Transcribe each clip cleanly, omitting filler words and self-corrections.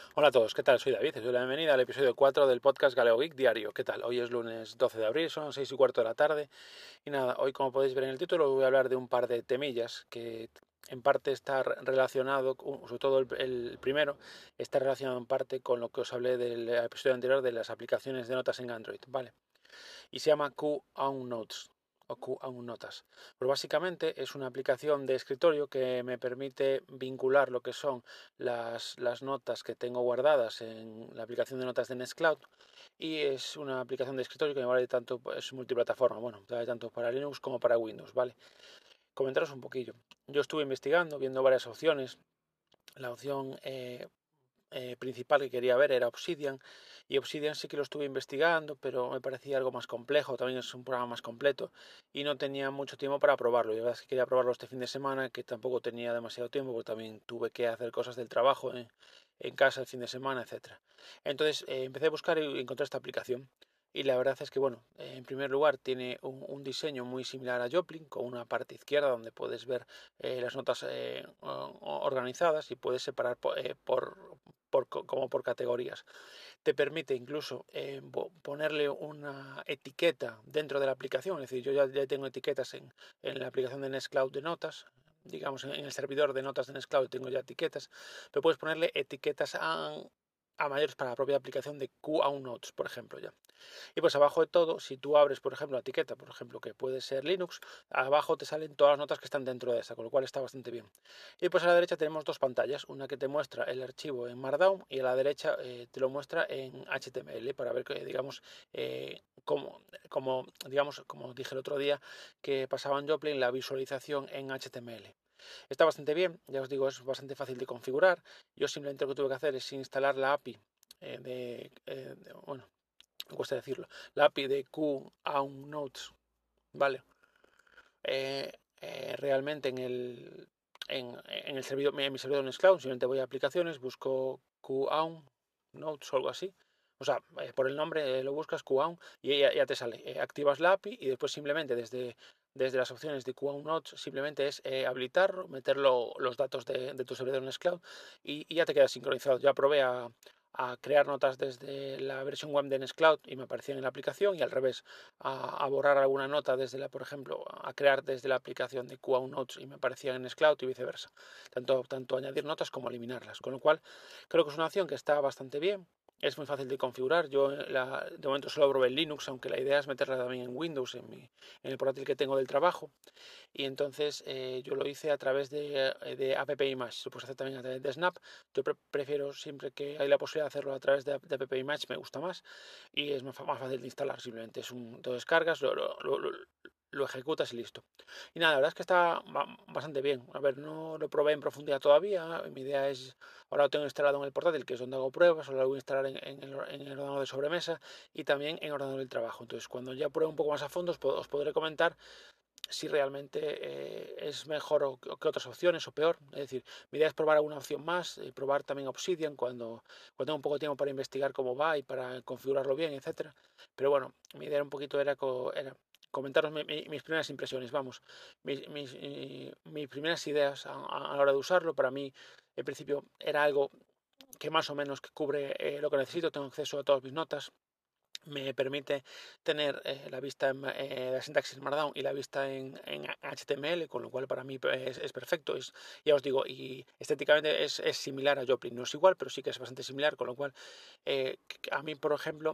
Hola a todos, ¿qué tal? Soy David, os doy la bienvenida al episodio 4 del podcast Galeo Geek Diario. ¿Qué tal? Hoy es lunes 12 de abril, son 6:15 de la tarde y nada, hoy como podéis ver en el título voy a hablar de un par de temillas que en parte está relacionado, sobre todo el primero, está relacionado en parte con lo que os hablé del episodio anterior de las aplicaciones de notas en Android, ¿vale? Y se llama QAnon Notes o QAnon Notas. Pero básicamente es una aplicación de escritorio que me permite vincular lo que son las notas que tengo guardadas en la aplicación de notas de Nextcloud y es una aplicación de escritorio que me vale tanto, es multiplataforma, bueno, vale tanto para Linux como para Windows, ¿vale? Comentaros un poquillo. Yo estuve investigando, viendo varias opciones. La opción principal que quería ver era Obsidian y Obsidian sí que lo estuve investigando, pero me parecía algo más complejo, también es un programa más completo y no tenía mucho tiempo para probarlo. Y la verdad es que quería probarlo este fin de semana, que tampoco tenía demasiado tiempo porque también tuve que hacer cosas del trabajo en casa el fin de semana, etcétera. Entonces empecé a buscar y encontré esta aplicación. Y la verdad es que, bueno, en primer lugar tiene un diseño muy similar a Joplin, con una parte izquierda donde puedes ver las notas organizadas y puedes separar como por categorías. Te permite incluso ponerle una etiqueta dentro de la aplicación, es decir, yo ya tengo etiquetas en la aplicación de Nextcloud de notas, digamos en el servidor de notas de Nextcloud tengo ya etiquetas, pero puedes ponerle etiquetas a mayores para la propia aplicación de QA Notes, por ejemplo, ya. Y pues abajo de todo, si tú abres, por ejemplo, la etiqueta, por ejemplo, que puede ser Linux, abajo te salen todas las notas que están dentro de esa, con lo cual está bastante bien. Y pues a la derecha tenemos dos pantallas, una que te muestra el archivo en Markdown y a la derecha te lo muestra en HTML para ver que, digamos, digamos, como dije el otro día, que pasaba en Joplin la visualización en HTML. Está bastante bien, ya os digo, es bastante fácil de configurar. Yo simplemente lo que tuve que hacer es instalar la API bueno, me cuesta decirlo, la API de QAnon ¿vale? Realmente en el servidor, en mi servidor Nextcloud, simplemente voy a aplicaciones, busco QAnon Notes o algo así. O sea, por el nombre lo buscas QAnon y ya te sale. Activas la API y después simplemente desde las opciones de QAnon Notes simplemente es habilitar, meter los datos de tu servidor Nextcloud y ya te queda sincronizado. Ya probé a crear notas desde la versión web de Nextcloud y me aparecían en la aplicación y al revés, a borrar alguna nota desde la, por ejemplo, a crear desde la aplicación de QA Notes y me aparecían en Nextcloud y viceversa. Tanto añadir notas como eliminarlas. Con lo cual, creo que es una opción que está bastante bien. Es muy fácil de configurar. Yo de momento solo probé en Linux, aunque la idea es meterla también en Windows, en el portátil que tengo del trabajo. Y entonces yo lo hice a través de App Image. Lo puedes hacer también a través de Snap. Yo prefiero siempre que hay la posibilidad de hacerlo a través de App Image, me gusta más y es más fácil de instalar. Simplemente lo descargas, lo ejecutas y listo. Y nada, la verdad es que está bastante bien. A ver, no lo probé en profundidad todavía. Mi idea es, ahora lo tengo instalado en el portátil, que es donde hago pruebas, ahora lo voy a instalar en el ordenador de sobremesa y también en el ordenador del trabajo. Entonces, cuando ya pruebe un poco más a fondo, os podré comentar si realmente es mejor que otras opciones o peor. Es decir, mi idea es probar alguna opción más y probar también Obsidian cuando tengo un poco de tiempo para investigar cómo va y para configurarlo bien, etcétera. Pero bueno, mi idea un poquito era comentaros mis primeras impresiones, vamos, mis primeras ideas a la hora de usarlo. Para mí, en principio, era algo que más o menos que cubre lo que necesito, tengo acceso a todas mis notas, me permite tener la vista en la sintaxis Markdown y la vista en HTML, con lo cual para mí es perfecto. Ya os digo, y estéticamente es similar a Joplin. No es igual, pero sí que es bastante similar, con lo cual a mí, por ejemplo,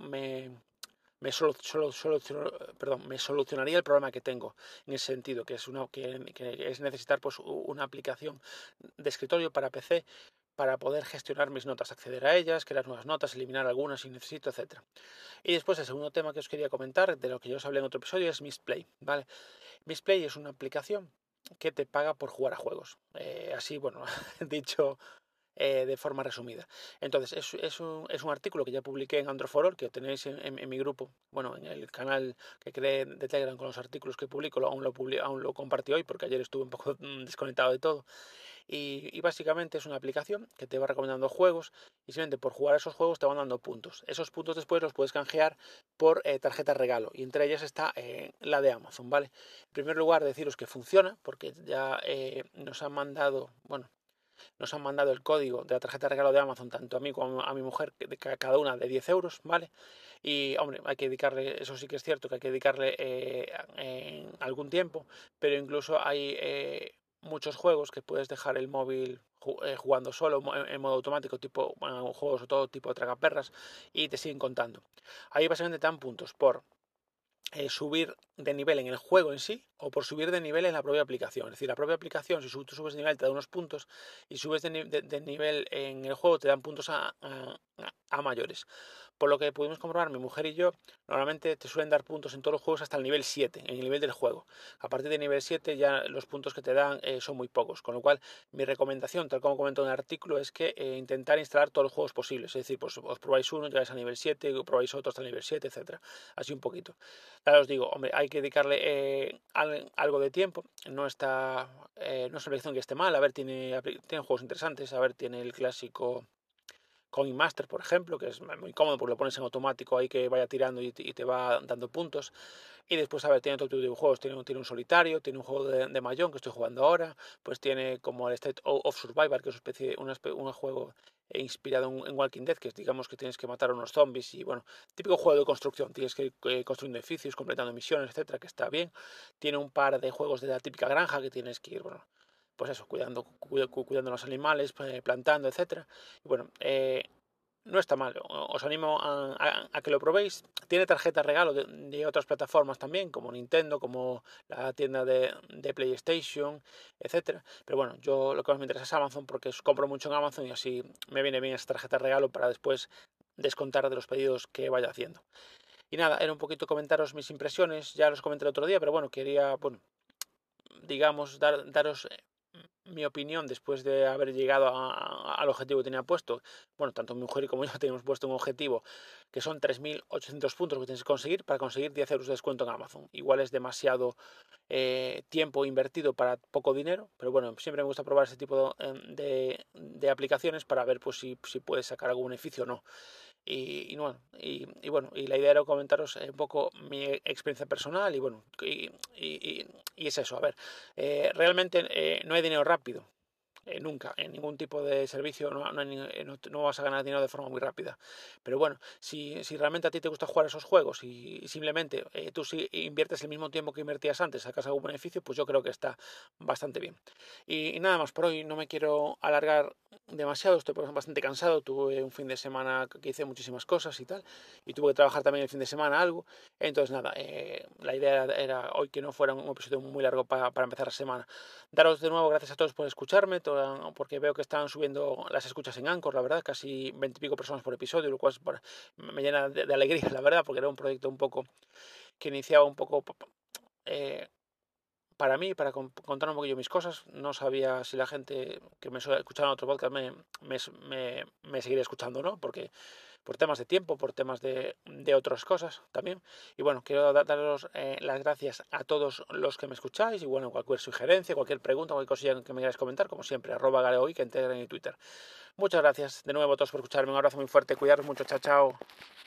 me solucionaría el problema que tengo en ese sentido, que es necesitar pues, una aplicación de escritorio para PC para poder gestionar mis notas, acceder a ellas, crear nuevas notas, eliminar algunas si necesito, etcétera. Y después el segundo tema que os quería comentar, de lo que yo os hablé en otro episodio, es Misplay, ¿vale? Misplay es una aplicación que te paga por jugar a juegos. Así, bueno, dicho de forma resumida. Entonces, es un artículo que ya publiqué en Androforol, que tenéis en mi grupo, bueno, en el canal que creé de Telegram con los artículos que publico, aún lo compartí hoy porque ayer estuve un poco desconectado de todo. Y básicamente es una aplicación que te va recomendando juegos y simplemente por jugar a esos juegos te van dando puntos. Esos puntos después los puedes canjear por tarjetas regalo y entre ellas está la de Amazon, ¿vale? En primer lugar deciros que funciona porque ya nos han mandado, bueno, nos han mandado el código de la tarjeta de regalo de Amazon, tanto a mí como a mi mujer, cada una de 10 euros, ¿vale? Y, hombre, hay que dedicarle, eso sí que es cierto, que hay que dedicarle algún tiempo, pero incluso hay muchos juegos que puedes dejar el móvil jugando solo, en modo automático, tipo, bueno, juegos o todo tipo de tragaperras, y te siguen contando. Ahí básicamente te dan puntos por subir de nivel en el juego en sí o por subir de nivel en la propia aplicación. Es decir, la propia aplicación, si tú subes de nivel, te da unos puntos y subes de nivel en el juego, te dan puntos a mayores. Por lo que pudimos comprobar mi mujer y yo, normalmente te suelen dar puntos en todos los juegos hasta el nivel 7, en el nivel del juego. A partir del nivel 7 ya los puntos que te dan son muy pocos, con lo cual mi recomendación, tal como comento en el artículo, es que intentar instalar todos los juegos posibles. Es decir, pues os probáis uno, llegáis al nivel 7, probáis otro hasta el nivel 7, etcétera. Así un poquito. Ya os digo, hombre, hay que dedicarle algo de tiempo. No está, no es una elección que esté mal. A ver, tiene juegos interesantes. A ver, tiene el clásico Coin Master, por ejemplo, que es muy cómodo porque lo pones en automático ahí que vaya tirando y te va dando puntos. Y después, a ver, tiene otro tipo de juegos. Tiene un solitario, tiene un juego de Mahjong que estoy jugando ahora. Pues tiene como el State of Survivor, que es un juego inspirado en Walking Dead, que es, digamos, que tienes que matar a unos zombies y, bueno, típico juego de construcción. Tienes que ir construyendo edificios, completando misiones, etcétera, que está bien. Tiene un par de juegos de la típica granja que tienes que ir, bueno, pues eso, cuidando los animales, plantando, etcétera. Y bueno, no está mal, os animo a que lo probéis. Tiene tarjetas regalo de otras plataformas también, como Nintendo, como la tienda de PlayStation, etcétera. Pero bueno, yo lo que más me interesa es Amazon porque compro mucho en Amazon y así me viene bien esa tarjeta regalo para después descontar de los pedidos que vaya haciendo. Y nada, era un poquito comentaros mis impresiones, ya los comenté el otro día, pero bueno, quería, bueno, digamos, daros mi opinión después de haber llegado al objetivo que tenía puesto. Bueno, tanto mi mujer como yo teníamos puesto un objetivo que son 3.800 puntos que tienes que conseguir para conseguir 10 euros de descuento en Amazon. Igual es demasiado tiempo invertido para poco dinero, pero bueno, siempre me gusta probar ese tipo de aplicaciones para ver pues si puedes sacar algún beneficio o no. Y la idea era comentaros un poco mi experiencia personal y bueno, y es eso, a ver, realmente no hay dinero rápido, nunca, en ningún tipo de servicio no vas a ganar dinero de forma muy rápida. Pero bueno, si realmente a ti te gusta jugar esos juegos y simplemente tú si inviertes el mismo tiempo que invertías antes, sacas algún beneficio, pues yo creo que está bastante bien. Y nada más por hoy, no me quiero alargar demasiado, estoy bastante cansado, tuve un fin de semana que hice muchísimas cosas y tal, y tuve que trabajar también el fin de semana algo, entonces nada, la idea era hoy que no fuera un episodio muy largo para empezar la semana. Daros de nuevo gracias a todos por escucharme, porque veo que están subiendo las escuchas en Anchor, la verdad, casi 20 y pico personas por episodio, lo cual bueno, me llena de alegría, la verdad, porque era un proyecto un poco que iniciaba un poco eh, para mí, para contar un poquillo mis cosas. No sabía si la gente que me suele escuchar en otro podcast me seguiría escuchando o no, porque por temas de tiempo, por temas de otras cosas también. Y bueno, quiero daros las gracias a todos los que me escucháis y bueno, cualquier sugerencia, cualquier pregunta, cualquier cosilla que me queráis comentar, como siempre, @galeoy, que integren en Twitter. Muchas gracias de nuevo a todos por escucharme, un abrazo muy fuerte, cuidaros mucho, chao, chao.